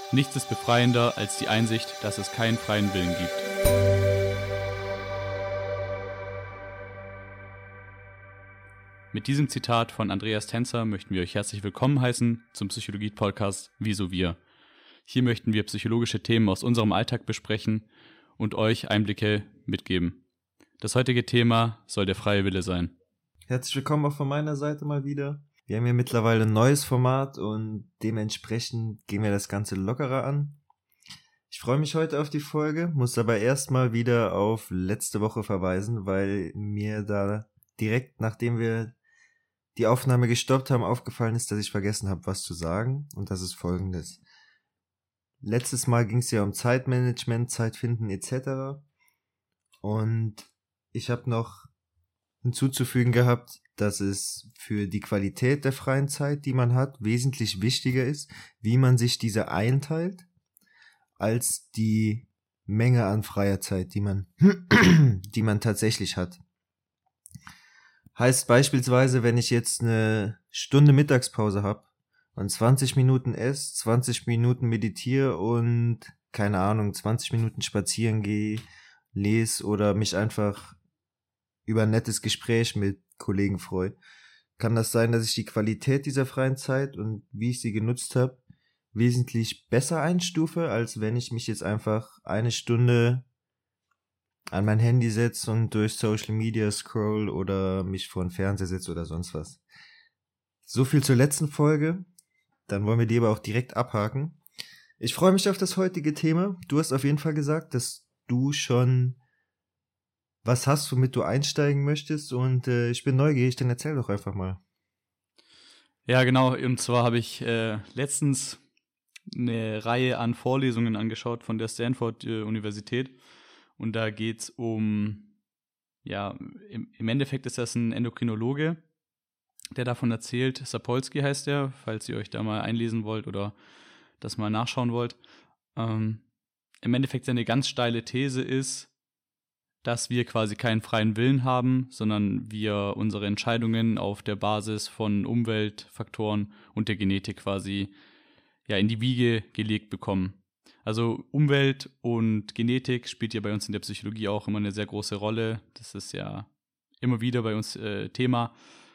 Nichts ist befreiender als die Einsicht, dass es keinen freien Willen gibt. Mit diesem Zitat von Andreas Tänzer möchten wir euch herzlich willkommen heißen zum Psychologie-Podcast Wieso wir. Hier möchten wir psychologische Themen aus unserem Alltag besprechen und euch Einblicke mitgeben. Das heutige Thema soll der freie Wille sein. Herzlich willkommen auch von meiner Seite mal wieder. Wir haben hier mittlerweile ein neues Format und dementsprechend gehen wir das Ganze lockerer an. Ich freue mich heute auf die Folge, muss aber erstmal wieder auf letzte Woche verweisen, weil mir da direkt, nachdem wir die Aufnahme gestoppt haben, aufgefallen ist, dass ich vergessen habe, was zu sagen. Und das ist Folgendes. Letztes Mal ging es ja um Zeitmanagement, Zeitfinden etc. Und ich habe noch hinzuzufügen gehabt, dass es für die Qualität der freien Zeit, die man hat, wesentlich wichtiger ist, wie man sich diese einteilt, als die Menge an freier Zeit, die man tatsächlich hat. Heißt beispielsweise, wenn ich jetzt eine Stunde Mittagspause habe und 20 Minuten esse, 20 Minuten meditiere und, keine Ahnung, 20 Minuten spazieren gehe, lese oder mich einfach über ein nettes Gespräch mit Kollegen freue, kann das sein, dass ich die Qualität dieser freien Zeit und wie ich sie genutzt habe, wesentlich besser einstufe, als wenn ich mich jetzt einfach eine Stunde an mein Handy setze und durch Social Media scroll oder mich vor den Fernseher setze oder sonst was. So viel zur letzten Folge. Dann wollen wir die aber auch direkt abhaken. Ich freue mich auf das heutige Thema. Du hast auf jeden Fall gesagt, dass du schon was hast, womit du einsteigen möchtest, und ich bin neugierig, dann erzähl doch einfach mal. Ja, genau. Und zwar habe ich letztens eine Reihe an Vorlesungen angeschaut von der Stanford-Universität. Und da geht es um, ja, im Endeffekt ist das ein Endokrinologe, der davon erzählt. Sapolsky heißt er, falls ihr euch da mal einlesen wollt oder das mal nachschauen wollt. Im Endeffekt seine ganz steile These ist, dass wir quasi keinen freien Willen haben, sondern wir unsere Entscheidungen auf der Basis von Umweltfaktoren und der Genetik quasi in die Wiege gelegt bekommen. Also Umwelt und Genetik spielt ja bei uns in der Psychologie auch immer eine sehr große Rolle. Das ist ja immer wieder bei uns Thema.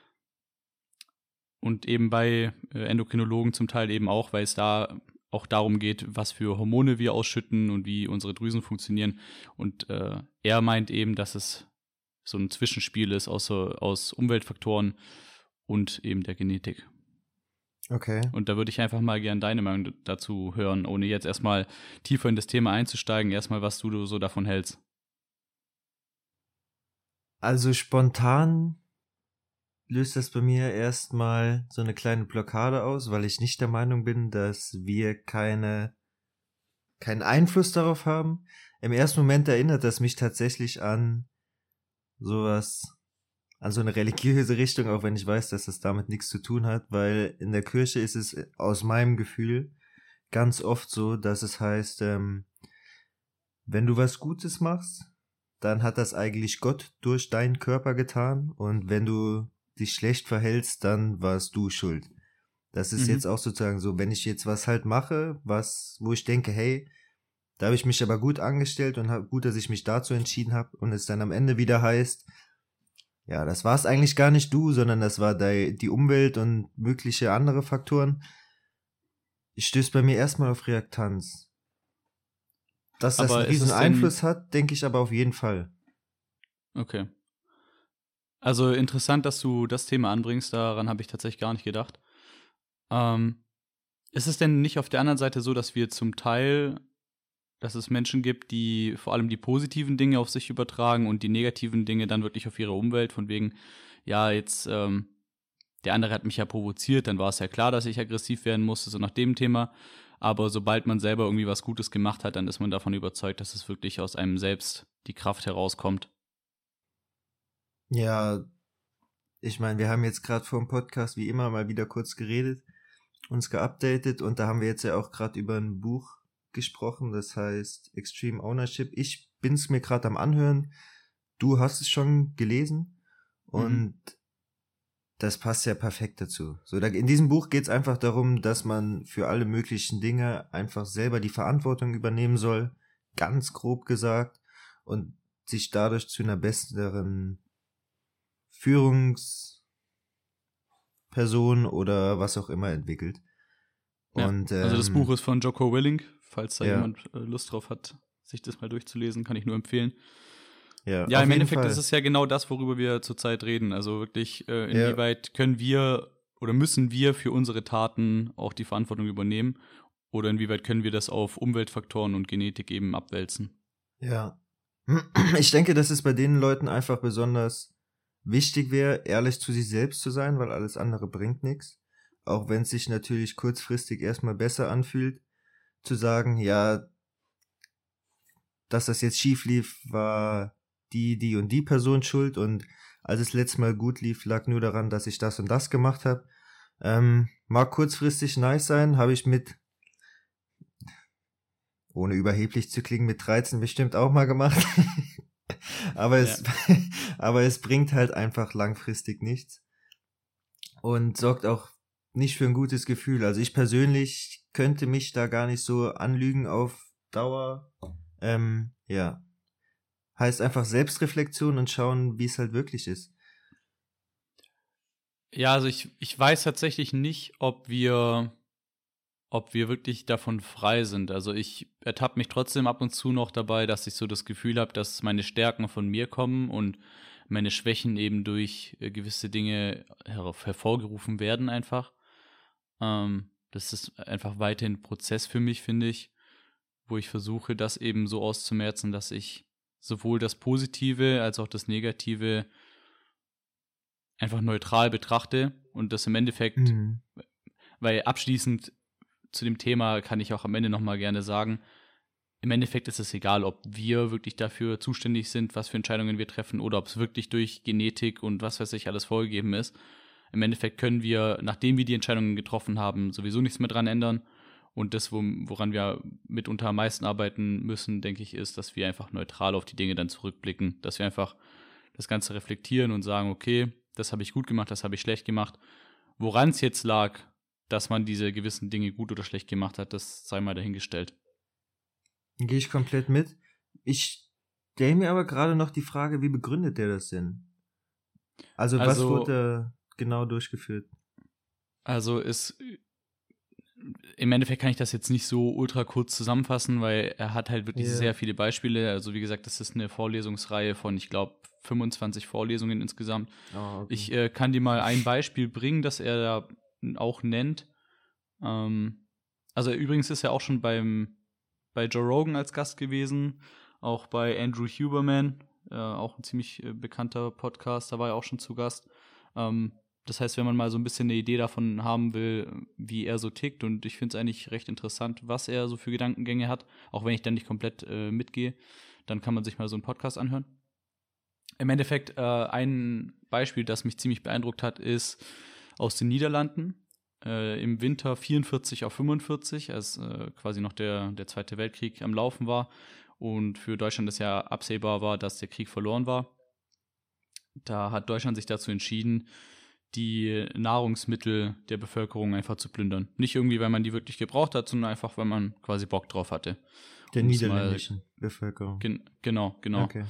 Und eben bei Endokrinologen zum Teil eben auch, weil es da auch darum geht, was für Hormone wir ausschütten und wie unsere Drüsen funktionieren. Und er meint eben, dass es so ein Zwischenspiel ist aus Umweltfaktoren und eben der Genetik. Okay. Und da würde ich einfach mal gerne deine Meinung dazu hören, ohne jetzt erstmal tiefer in das Thema einzusteigen. Erstmal, was du so davon hältst. Also spontan löst das bei mir erstmal so eine kleine Blockade aus, weil ich nicht der Meinung bin, dass wir keinen Einfluss darauf haben. Im ersten Moment erinnert das mich tatsächlich an sowas, an so eine religiöse Richtung, auch wenn ich weiß, dass das damit nichts zu tun hat, weil in der Kirche ist es aus meinem Gefühl ganz oft so, dass es heißt, wenn du was Gutes machst, dann hat das eigentlich Gott durch deinen Körper getan, und wenn du dich schlecht verhältst, dann warst du schuld. Das ist jetzt auch sozusagen so, wenn ich jetzt was halt mache, wo ich denke, hey, da habe ich mich aber gut angestellt und gut, dass ich mich dazu entschieden habe, und es dann am Ende wieder heißt, ja, das war es eigentlich gar nicht du, sondern das war die Umwelt und mögliche andere Faktoren. Ich stöße bei mir erstmal auf Reaktanz. Dass das einen riesen Einfluss hat, denke ich aber auf jeden Fall. Okay. Also interessant, dass du das Thema anbringst, daran habe ich tatsächlich gar nicht gedacht. Ist es denn nicht auf der anderen Seite so, dass es Menschen gibt, die vor allem die positiven Dinge auf sich übertragen und die negativen Dinge dann wirklich auf ihre Umwelt, von wegen, ja, jetzt, der andere hat mich ja provoziert, dann war es ja klar, dass ich aggressiv werden musste, so nach dem Thema. Aber sobald man selber irgendwie was Gutes gemacht hat, dann ist man davon überzeugt, dass es wirklich aus einem selbst die Kraft herauskommt. Ja, ich meine, wir haben jetzt gerade vor dem Podcast wie immer mal wieder kurz geredet, uns geupdatet, und da haben wir jetzt ja auch gerade über ein Buch gesprochen, das heißt Extreme Ownership. Ich bin es mir gerade am Anhören. Du hast es schon gelesen, und das passt ja perfekt dazu. So, in diesem Buch geht es einfach darum, dass man für alle möglichen Dinge einfach selber die Verantwortung übernehmen soll, ganz grob gesagt, und sich dadurch zu einer besseren Führungsperson oder was auch immer entwickelt. Ja, Und, also das Buch ist von Jocko Willink, falls da ja. jemand Lust drauf hat, sich das mal durchzulesen, kann ich nur empfehlen. Ja, Ja, auf im jeden Endeffekt Fall. ist es ja genau das, worüber wir zurzeit reden. Also wirklich, inwieweit können wir oder müssen wir für unsere Taten auch die Verantwortung übernehmen? Oder inwieweit können wir das auf Umweltfaktoren und Genetik eben abwälzen? Ja. Ich denke, dass es bei den Leuten einfach besonders wichtig wäre, ehrlich zu sich selbst zu sein, weil alles andere bringt nichts. Auch wenn es sich natürlich kurzfristig erstmal besser anfühlt, zu sagen, ja, dass das jetzt schief lief, war die und die Person schuld, und als es letztes Mal gut lief, lag nur daran, dass ich das und das gemacht habe. Mag kurzfristig nice sein, habe ich ohne überheblich zu klingen, mit 13 bestimmt auch mal gemacht. aber es bringt halt einfach langfristig nichts und sorgt auch nicht für ein gutes Gefühl. Also ich persönlich könnte mich da gar nicht so anlügen auf Dauer. Ja. Heißt einfach Selbstreflexion und schauen, wie es halt wirklich ist. Ja, also ich weiß tatsächlich nicht, ob wir wirklich davon frei sind. Also ich ertappe mich trotzdem ab und zu noch dabei, dass ich so das Gefühl habe, dass meine Stärken von mir kommen und meine Schwächen eben durch gewisse Dinge hervorgerufen werden einfach. Das ist einfach weiterhin ein Prozess für mich, finde ich, wo ich versuche, das eben so auszumerzen, dass ich sowohl das Positive als auch das Negative einfach neutral betrachte und das im Endeffekt, weil abschließend zu dem Thema kann ich auch am Ende nochmal gerne sagen, im Endeffekt ist es egal, ob wir wirklich dafür zuständig sind, was für Entscheidungen wir treffen, oder ob es wirklich durch Genetik und was weiß ich alles vorgegeben ist. Im Endeffekt können wir, nachdem wir die Entscheidungen getroffen haben, sowieso nichts mehr dran ändern. Und das, woran wir mitunter am meisten arbeiten müssen, denke ich, ist, dass wir einfach neutral auf die Dinge dann zurückblicken. Dass wir einfach das Ganze reflektieren und sagen, okay, das habe ich gut gemacht, das habe ich schlecht gemacht. Woran es jetzt lag, dass man diese gewissen Dinge gut oder schlecht gemacht hat, das sei mal dahingestellt. Gehe ich komplett mit. Ich stelle mir aber gerade noch die Frage, wie begründet der das denn? Also was wurde genau durchgeführt? Also im Endeffekt kann ich das jetzt nicht so ultra kurz zusammenfassen, weil er hat halt wirklich sehr viele Beispiele. Also wie gesagt, das ist eine Vorlesungsreihe von, ich glaube, 25 Vorlesungen insgesamt. Oh, okay. Ich kann dir mal ein Beispiel bringen, das er da auch nennt. Also übrigens ist er auch schon bei Joe Rogan als Gast gewesen, auch bei Andrew Huberman, auch ein ziemlich bekannter Podcast, da war er auch schon zu Gast. Das heißt, wenn man mal so ein bisschen eine Idee davon haben will, wie er so tickt, und ich finde es eigentlich recht interessant, was er so für Gedankengänge hat, auch wenn ich dann nicht komplett mitgehe, dann kann man sich mal so einen Podcast anhören. Im Endeffekt ein Beispiel, das mich ziemlich beeindruckt hat, ist aus den Niederlanden. Im Winter 44 auf 45, als quasi noch der Zweite Weltkrieg am Laufen war und für Deutschland es ja absehbar war, dass der Krieg verloren war. Da hat Deutschland sich dazu entschieden, die Nahrungsmittel der Bevölkerung einfach zu plündern. Nicht irgendwie, weil man die wirklich gebraucht hat, sondern einfach, weil man quasi Bock drauf hatte. Der niederländischen Bevölkerung. Genau. Okay.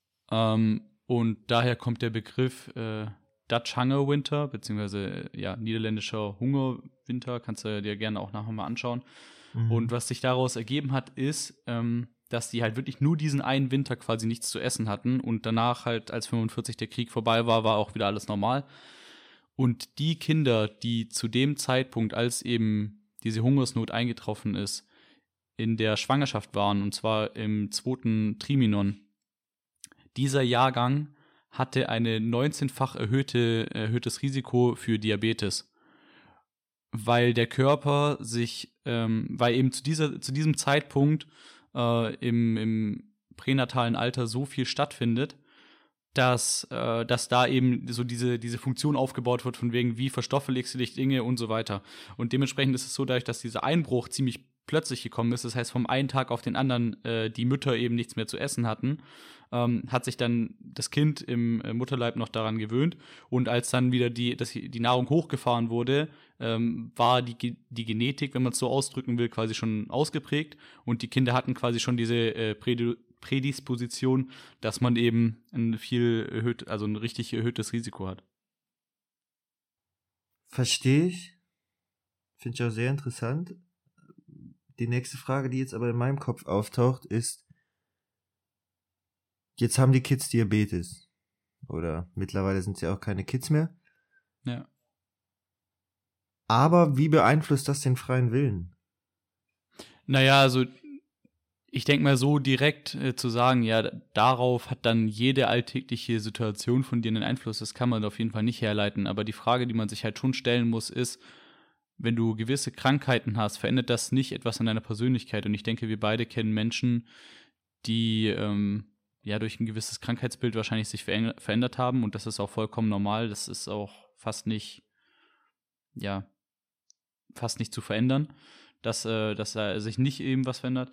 Und daher kommt der Begriff Dutch Hunger Winter, beziehungsweise niederländischer Hungerwinter, kannst du dir gerne auch nachher mal anschauen. Und was sich daraus ergeben hat, ist, dass die halt wirklich nur diesen einen Winter quasi nichts zu essen hatten und danach halt, als 45 der Krieg vorbei war, war auch wieder alles normal. Und die Kinder, die zu dem Zeitpunkt, als eben diese Hungersnot eingetroffen ist, in der Schwangerschaft waren, und zwar im 2. Triminon, dieser Jahrgang hatte eine 19-fach erhöhtes Risiko für Diabetes, weil der Körper sich, weil eben zu diesem Zeitpunkt im pränatalen Alter so viel stattfindet, dass da eben so diese Funktion aufgebaut wird, von wegen, wie verstoffeligst du dich Dinge und so weiter. Und dementsprechend ist es so, dadurch, dass dieser Einbruch ziemlich plötzlich gekommen ist, das heißt vom einen Tag auf den anderen die Mütter eben nichts mehr zu essen hatten, hat sich dann das Kind im Mutterleib noch daran gewöhnt und als dann wieder die Nahrung hochgefahren wurde, war die Genetik, wenn man es so ausdrücken will, quasi schon ausgeprägt und die Kinder hatten quasi schon diese Prädisposition, dass man eben ein richtig erhöhtes Risiko hat. Verstehe ich. Finde ich auch sehr interessant. Die nächste Frage, die jetzt aber in meinem Kopf auftaucht, ist, jetzt haben die Kids Diabetes. Oder mittlerweile sind es ja auch keine Kids mehr. Ja. Aber wie beeinflusst das den freien Willen? Naja, also ich denke mal so direkt zu sagen, ja, darauf hat dann jede alltägliche Situation von dir einen Einfluss, das kann man auf jeden Fall nicht herleiten. Aber die Frage, die man sich halt schon stellen muss, ist, wenn du gewisse Krankheiten hast, verändert das nicht etwas an deiner Persönlichkeit? Und ich denke, wir beide kennen Menschen, die durch ein gewisses Krankheitsbild wahrscheinlich sich verändert haben und das ist auch vollkommen normal. Das ist auch fast nicht zu verändern, dass sich nicht eben was verändert.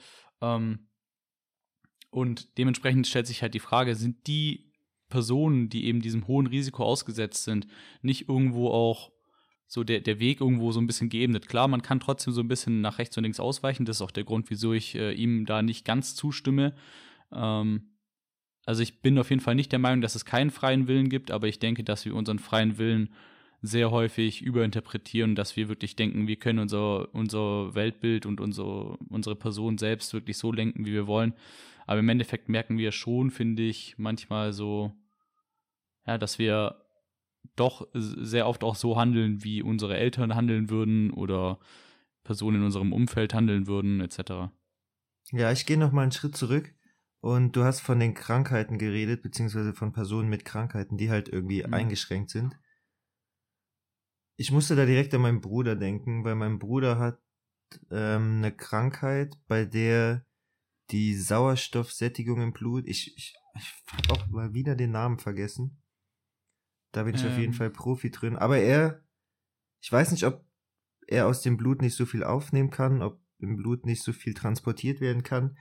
Und dementsprechend stellt sich halt die Frage, sind die Personen, die eben diesem hohen Risiko ausgesetzt sind, nicht irgendwo auch so der Weg irgendwo so ein bisschen geebnet? Klar, man kann trotzdem so ein bisschen nach rechts und links ausweichen. Das ist auch der Grund, wieso ich ihm da nicht ganz zustimme. Also ich bin auf jeden Fall nicht der Meinung, dass es keinen freien Willen gibt, aber ich denke, dass wir unseren freien Willen sehr häufig überinterpretieren, dass wir wirklich denken, wir können unser Weltbild und unsere Person selbst wirklich so lenken, wie wir wollen. Aber im Endeffekt merken wir schon, finde ich, manchmal so, ja, dass wir doch sehr oft auch so handeln, wie unsere Eltern handeln würden oder Personen in unserem Umfeld handeln würden, etc. Ja, ich gehe noch mal einen Schritt zurück. Und du hast von den Krankheiten geredet, beziehungsweise von Personen mit Krankheiten, die halt irgendwie eingeschränkt sind. Ich musste da direkt an meinen Bruder denken, weil mein Bruder hat eine Krankheit, bei der die Sauerstoffsättigung im Blut, ich habe auch mal wieder den Namen vergessen. Da bin ich auf jeden Fall Profi drin. Aber ich weiß nicht, ob er aus dem Blut nicht so viel aufnehmen kann, ob im Blut nicht so viel transportiert werden kann.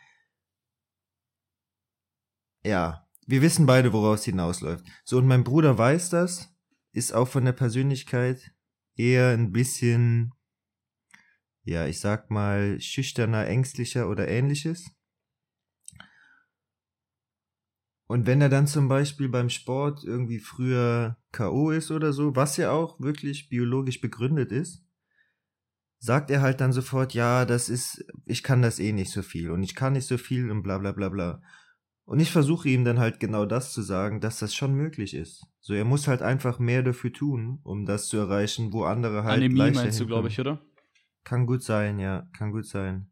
Ja, wir wissen beide, woraus es hinausläuft. So, und mein Bruder weiß das, ist auch von der Persönlichkeit eher ein bisschen, ja, ich sag mal, schüchterner, ängstlicher oder ähnliches. Und wenn er dann zum Beispiel beim Sport irgendwie früher K.O. ist oder so, was ja auch wirklich biologisch begründet ist, sagt er halt dann sofort, ja, ich kann das eh nicht so viel und ich kann nicht so viel und bla bla bla bla. Und ich versuche ihm dann halt genau das zu sagen, dass das schon möglich ist. So, er muss halt einfach mehr dafür tun, um das zu erreichen, wo andere halt Anämie leichter meinst du, hinkommen. glaube ich, oder? Kann gut sein, ja, kann gut sein.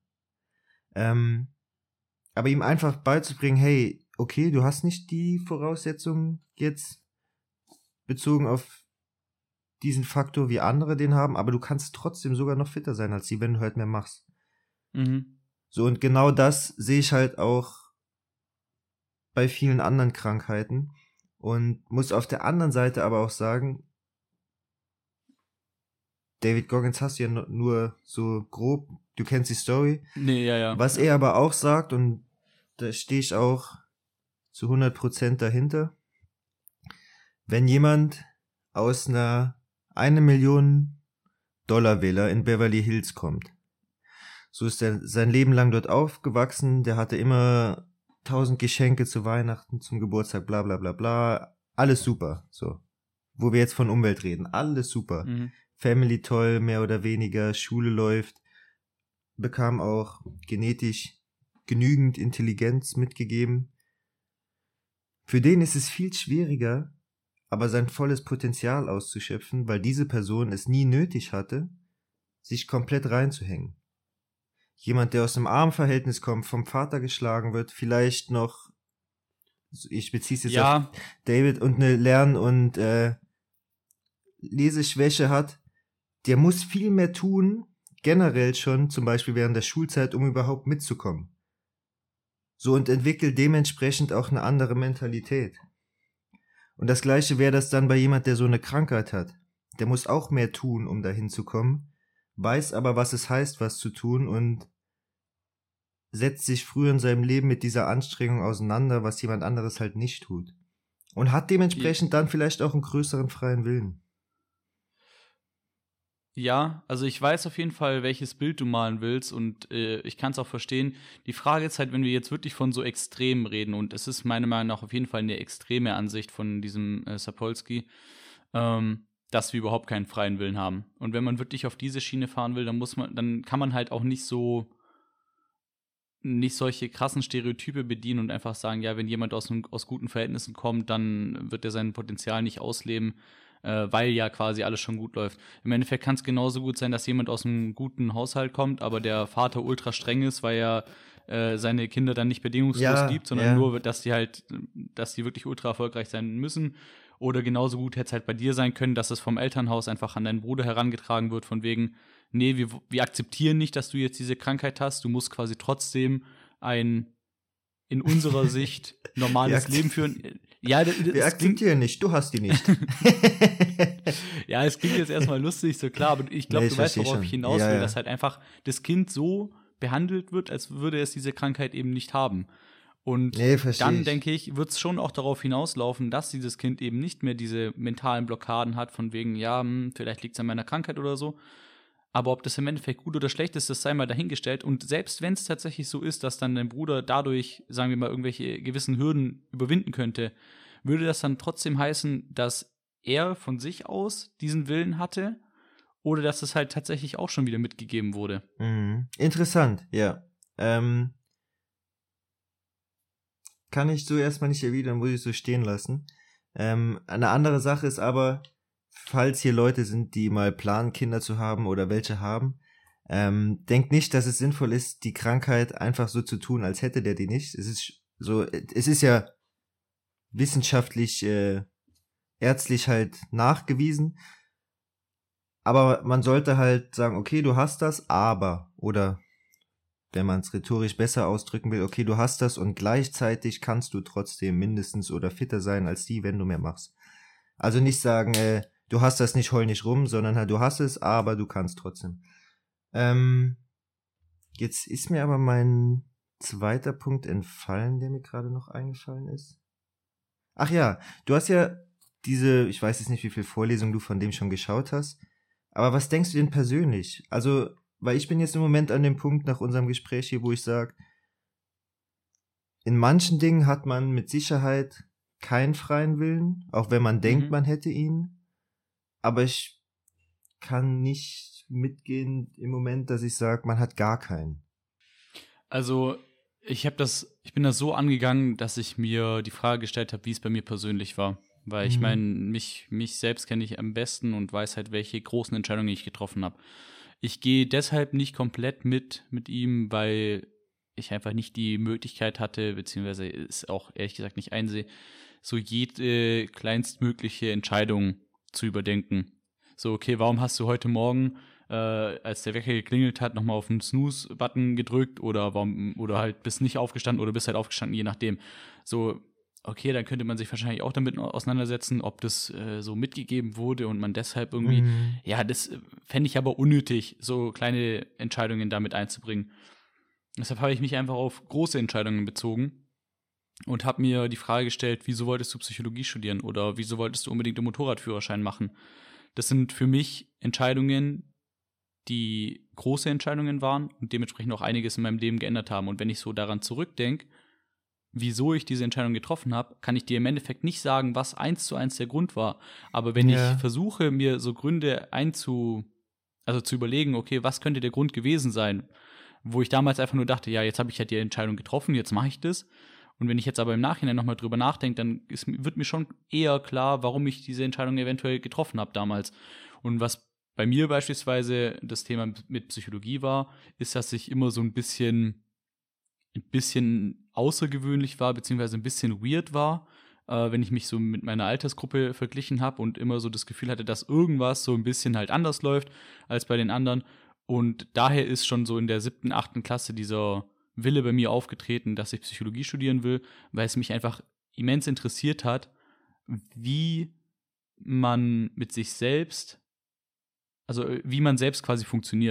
Aber ihm einfach beizubringen, hey, okay, du hast nicht die Voraussetzungen jetzt bezogen auf diesen Faktor, wie andere den haben, aber du kannst trotzdem sogar noch fitter sein als sie, wenn du halt mehr machst. Mhm. So, und genau das sehe ich halt auch bei vielen anderen Krankheiten und muss auf der anderen Seite aber auch sagen, David Goggins hast du ja nur so grob, du kennst die Story. Nee, ja. Was er aber auch sagt, und da stehe ich auch zu 100% dahinter, wenn jemand aus einer 1 Million Dollar Villa in Beverly Hills kommt, so ist er sein Leben lang dort aufgewachsen, der hatte immer 1000 Geschenke zu Weihnachten, zum Geburtstag, bla bla bla bla, alles super, so. Wo wir jetzt von Umwelt reden, alles super. Mhm. Family toll, mehr oder weniger, Schule läuft, bekam auch genetisch genügend Intelligenz mitgegeben. Für den ist es viel schwieriger, aber sein volles Potenzial auszuschöpfen, weil diese Person es nie nötig hatte, sich komplett reinzuhängen. Jemand, der aus einem armen Verhältnis kommt, vom Vater geschlagen wird, vielleicht noch, ich beziehe es jetzt auf David, und eine Lern- und Leseschwäche hat, der muss viel mehr tun, generell schon, zum Beispiel während der Schulzeit, um überhaupt mitzukommen. So, und entwickelt dementsprechend auch eine andere Mentalität. Und das Gleiche wäre das dann bei jemand, der so eine Krankheit hat. Der muss auch mehr tun, um dahin zu kommen, weiß aber, was es heißt, was zu tun, und setzt sich früher in seinem Leben mit dieser Anstrengung auseinander, was jemand anderes halt nicht tut. Und hat dementsprechend dann vielleicht auch einen größeren freien Willen. Ja, also ich weiß auf jeden Fall, welches Bild du malen willst und ich kann es auch verstehen. Die Frage ist halt, wenn wir jetzt wirklich von so Extremen reden, und es ist meiner Meinung nach auf jeden Fall eine extreme Ansicht von diesem Sapolsky, dass wir überhaupt keinen freien Willen haben. Und wenn man wirklich auf diese Schiene fahren will, dann kann man halt auch nicht solche krassen Stereotype bedienen und einfach sagen, ja, wenn jemand aus guten Verhältnissen kommt, dann wird er sein Potenzial nicht ausleben, weil ja quasi alles schon gut läuft. Im Endeffekt kann es genauso gut sein, dass jemand aus einem guten Haushalt kommt, aber der Vater ultra streng ist, weil er seine Kinder dann nicht bedingungslos liebt, sondern nur, dass die wirklich ultra erfolgreich sein müssen. Oder genauso gut hätte es halt bei dir sein können, dass es vom Elternhaus einfach an deinen Bruder herangetragen wird, von wegen, nee, wir akzeptieren nicht, dass du jetzt diese Krankheit hast, du musst quasi trotzdem ein in unserer Sicht normales Leben führen. Ja, wir akzeptieren nicht, du hast die nicht. Ja, es klingt jetzt erstmal lustig, so klar, aber ich glaube, du weißt, worauf ich hinaus will, dass halt einfach das Kind so behandelt wird, als würde es diese Krankheit eben nicht haben. Und dann, denke ich, wird es schon auch darauf hinauslaufen, dass dieses Kind eben nicht mehr diese mentalen Blockaden hat, von wegen, ja, vielleicht liegt es an meiner Krankheit oder so. Aber ob das im Endeffekt gut oder schlecht ist, das sei mal dahingestellt. Und selbst wenn es tatsächlich so ist, dass dann dein Bruder dadurch, sagen wir mal, irgendwelche gewissen Hürden überwinden könnte, würde das dann trotzdem heißen, dass er von sich aus diesen Willen hatte oder dass es halt tatsächlich auch schon wieder mitgegeben wurde? Interessant, ja. Kann ich so erstmal nicht erwidern, muss ich so stehen lassen. Eine andere Sache ist aber, falls hier Leute sind, die mal planen, Kinder zu haben oder welche haben, denkt nicht, dass es sinnvoll ist, die Krankheit einfach so zu tun, als hätte der die nicht. Es ist ja wissenschaftlich, ärztlich halt nachgewiesen, aber man sollte halt sagen, okay, du hast das, aber, oder wenn man es rhetorisch besser ausdrücken will, okay, du hast das und gleichzeitig kannst du trotzdem mindestens oder fitter sein als die, wenn du mehr machst. Also nicht sagen, du hast das nicht, heul nicht rum, sondern halt, du hast es, aber du kannst trotzdem. Jetzt ist mir aber mein zweiter Punkt entfallen, der mir gerade noch eingefallen ist. Ach ja, du hast ja ich weiß jetzt nicht, wie viel Vorlesungen du von dem schon geschaut hast, aber was denkst du denn persönlich? Also, weil ich bin jetzt im Moment an dem Punkt nach unserem Gespräch hier, wo ich sage, in manchen Dingen hat man mit Sicherheit keinen freien Willen, auch wenn man denkt, man hätte ihn. Aber ich kann nicht mitgehen im Moment, dass ich sage, man hat gar keinen. Also, ich bin da so angegangen, dass ich mir die Frage gestellt habe, wie es bei mir persönlich war. Weil ich meine, mich selbst kenne ich am besten und weiß halt, welche großen Entscheidungen ich getroffen habe. Ich gehe deshalb nicht komplett mit ihm, weil ich einfach nicht die Möglichkeit hatte, beziehungsweise es auch ehrlich gesagt nicht einsehe, so jede kleinstmögliche Entscheidung zu überdenken. So, okay, warum hast du heute Morgen, als der Wecker geklingelt hat, nochmal auf den Snooze-Button gedrückt oder halt bist nicht aufgestanden oder bist halt aufgestanden, je nachdem. So, okay, dann könnte man sich wahrscheinlich auch damit auseinandersetzen, ob das so mitgegeben wurde und man deshalb irgendwie, ja, das fände ich aber unnötig, so kleine Entscheidungen damit einzubringen. Deshalb habe ich mich einfach auf große Entscheidungen bezogen und habe mir die Frage gestellt, wieso wolltest du Psychologie studieren oder wieso wolltest du unbedingt den Motorradführerschein machen? Das sind für mich Entscheidungen, die große Entscheidungen waren und dementsprechend auch einiges in meinem Leben geändert haben. Und wenn ich so daran zurückdenke, wieso ich diese Entscheidung getroffen habe, kann ich dir im Endeffekt nicht sagen, was 1:1 der Grund war. Aber wenn ich versuche, mir so Gründe zu überlegen, okay, was könnte der Grund gewesen sein, wo ich damals einfach nur dachte, ja, jetzt habe ich halt die Entscheidung getroffen, jetzt mache ich das. Und wenn ich jetzt aber im Nachhinein nochmal drüber nachdenke, dann wird mir schon eher klar, warum ich diese Entscheidung eventuell getroffen habe damals. Und was bei mir beispielsweise das Thema mit Psychologie war, ist, dass ich immer so ein bisschen außergewöhnlich war, beziehungsweise ein bisschen weird war, wenn ich mich so mit meiner Altersgruppe verglichen habe und immer so das Gefühl hatte, dass irgendwas so ein bisschen halt anders läuft als bei den anderen. Und daher ist schon so in der 7., 8. Klasse dieser Wille bei mir aufgetreten, dass ich Psychologie studieren will, weil es mich einfach immens interessiert hat, wie man mit sich selbst, also wie man selbst quasi funktioniert.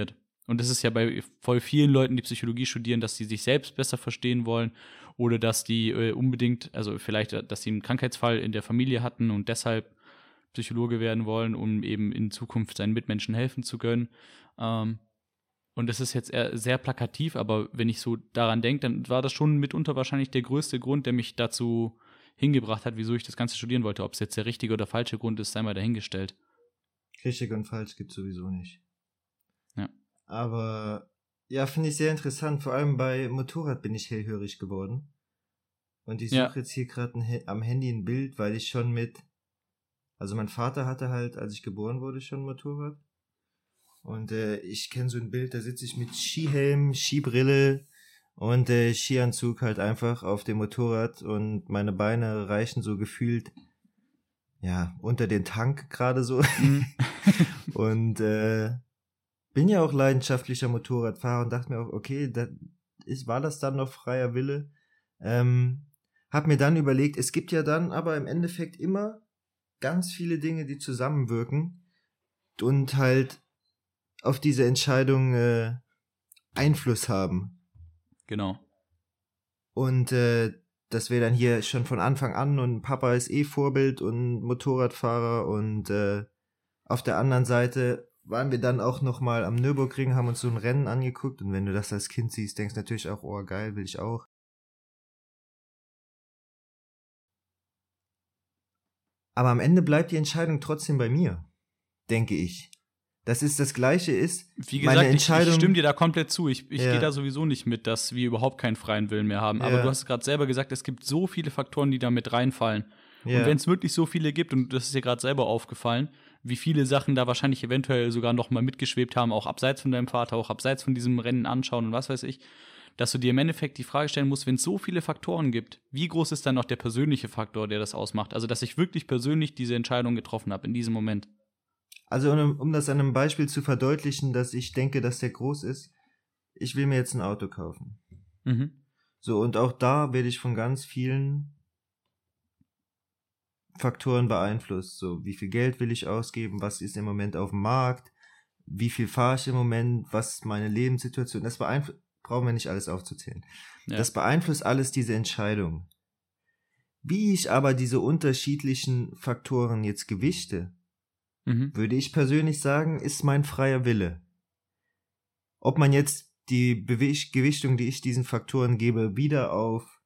Und das ist ja bei voll vielen Leuten, die Psychologie studieren, dass sie sich selbst besser verstehen wollen oder dass die unbedingt, also vielleicht, dass sie einen Krankheitsfall in der Familie hatten und deshalb Psychologe werden wollen, um eben in Zukunft seinen Mitmenschen helfen zu können. Und das ist jetzt eher sehr plakativ, aber wenn ich so daran denke, dann war das schon mitunter wahrscheinlich der größte Grund, der mich dazu hingebracht hat, wieso ich das Ganze studieren wollte. Ob es jetzt der richtige oder falsche Grund ist, sei mal dahingestellt. Richtig und falsch gibt es sowieso nicht. Ja. Aber ja, finde ich sehr interessant. Vor allem bei Motorrad bin ich hellhörig geworden. Und ich suche jetzt hier gerade am Handy ein Bild, weil ich schon also mein Vater hatte halt, als ich geboren wurde, schon ein Motorrad. Und ich kenne so ein Bild, da sitze ich mit Skihelm, Skibrille und Skianzug halt einfach auf dem Motorrad und meine Beine reichen so gefühlt, ja, unter den Tank gerade so. Und bin ja auch leidenschaftlicher Motorradfahrer und dachte mir auch, okay, war das dann noch freier Wille? Hab mir dann überlegt, es gibt ja dann aber im Endeffekt immer ganz viele Dinge, die zusammenwirken und halt auf diese Entscheidung Einfluss haben. Genau. Und das wäre dann hier schon von Anfang an und Papa ist Vorbild und Motorradfahrer und auf der anderen Seite waren wir dann auch nochmal am Nürburgring, haben uns so ein Rennen angeguckt und wenn du das als Kind siehst, denkst du natürlich auch, oh geil, will ich auch. Aber am Ende bleibt die Entscheidung trotzdem bei mir, denke ich. Das ist das Gleiche ist, wie gesagt, meine Entscheidung, ich stimme dir da komplett zu. Ich gehe da sowieso nicht mit, dass wir überhaupt keinen freien Willen mehr haben. Aber du hast gerade selber gesagt, es gibt so viele Faktoren, die da mit reinfallen. Und wenn es wirklich so viele gibt, und das ist dir gerade selber aufgefallen, wie viele Sachen da wahrscheinlich eventuell sogar noch mal mitgeschwebt haben, auch abseits von deinem Vater, auch abseits von diesem Rennen anschauen und was weiß ich, dass du dir im Endeffekt die Frage stellen musst, wenn es so viele Faktoren gibt, wie groß ist dann noch der persönliche Faktor, der das ausmacht? Also, dass ich wirklich persönlich diese Entscheidung getroffen habe in diesem Moment. Also um das an einem Beispiel zu verdeutlichen, dass ich denke, dass der groß ist, ich will mir jetzt ein Auto kaufen. So, und auch da werde ich von ganz vielen Faktoren beeinflusst. So, wie viel Geld will ich ausgeben, was ist im Moment auf dem Markt, wie viel fahre ich im Moment, was ist meine Lebenssituation, das brauchen wir nicht alles aufzuzählen. Ja. Das beeinflusst alles diese Entscheidung. Wie ich aber diese unterschiedlichen Faktoren jetzt gewichte, würde ich persönlich sagen, ist mein freier Wille. Ob man jetzt die Gewichtung, die ich diesen Faktoren gebe, wieder auf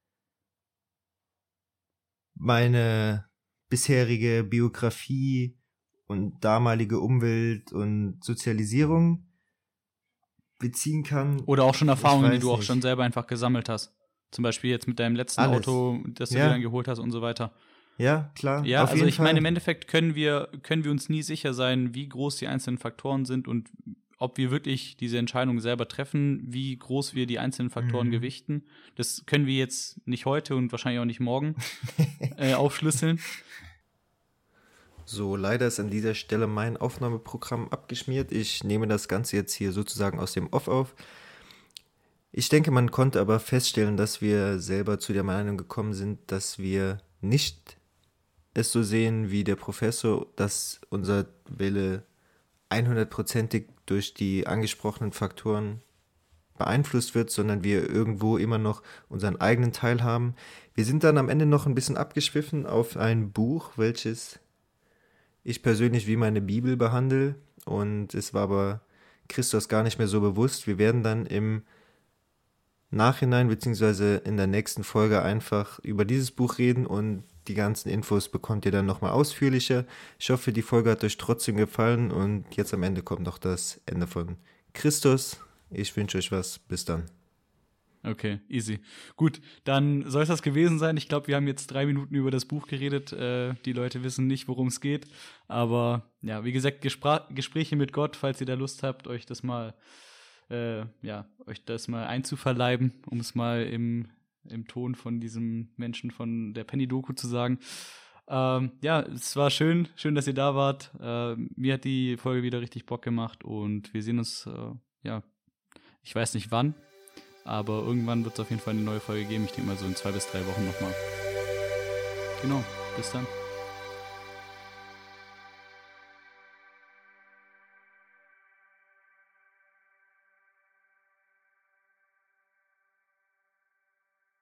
meine bisherige Biografie und damalige Umwelt und Sozialisierung beziehen kann. Oder auch schon Erfahrungen, die du auch schon selber einfach gesammelt hast. Zum Beispiel jetzt mit deinem letzten Auto, das du dir dann geholt hast und so weiter. Ja, klar. Ja, also ich meine, im Endeffekt können wir uns nie sicher sein, wie groß die einzelnen Faktoren sind und ob wir wirklich diese Entscheidung selber treffen, wie groß wir die einzelnen Faktoren gewichten. Das können wir jetzt nicht heute und wahrscheinlich auch nicht morgen aufschlüsseln. So, leider ist an dieser Stelle mein Aufnahmeprogramm abgeschmiert. Ich nehme das Ganze jetzt hier sozusagen aus dem Off auf. Ich denke, man konnte aber feststellen, dass wir selber zu der Meinung gekommen sind, dass wir nicht es so sehen wie der Professor, dass unser Wille 100%ig durch die angesprochenen Faktoren beeinflusst wird, sondern wir irgendwo immer noch unseren eigenen Teil haben. Wir sind dann am Ende noch ein bisschen abgeschwiffen auf ein Buch, welches ich persönlich wie meine Bibel behandle, und es war aber Christus gar nicht mehr so bewusst. Wir werden dann im Nachhinein beziehungsweise in der nächsten Folge einfach über dieses Buch reden und die ganzen Infos bekommt ihr dann nochmal ausführlicher. Ich hoffe, die Folge hat euch trotzdem gefallen und jetzt am Ende kommt noch das Ende von Christus. Ich wünsche euch was. Bis dann. Okay, easy. Gut, dann soll es das gewesen sein. Ich glaube, wir haben jetzt 3 Minuten über das Buch geredet. Die Leute wissen nicht, worum es geht. Aber ja, wie gesagt, Gespräche mit Gott, falls ihr da Lust habt, euch das mal einzuverleiben, um es mal im Ton von diesem Menschen von der Penny-Doku zu sagen. Ja, es war schön, dass ihr da wart. Mir hat die Folge wieder richtig Bock gemacht und wir sehen uns, ich weiß nicht wann, aber irgendwann wird es auf jeden Fall eine neue Folge geben. Ich denke mal so in 2 bis 3 Wochen nochmal. Genau, bis dann.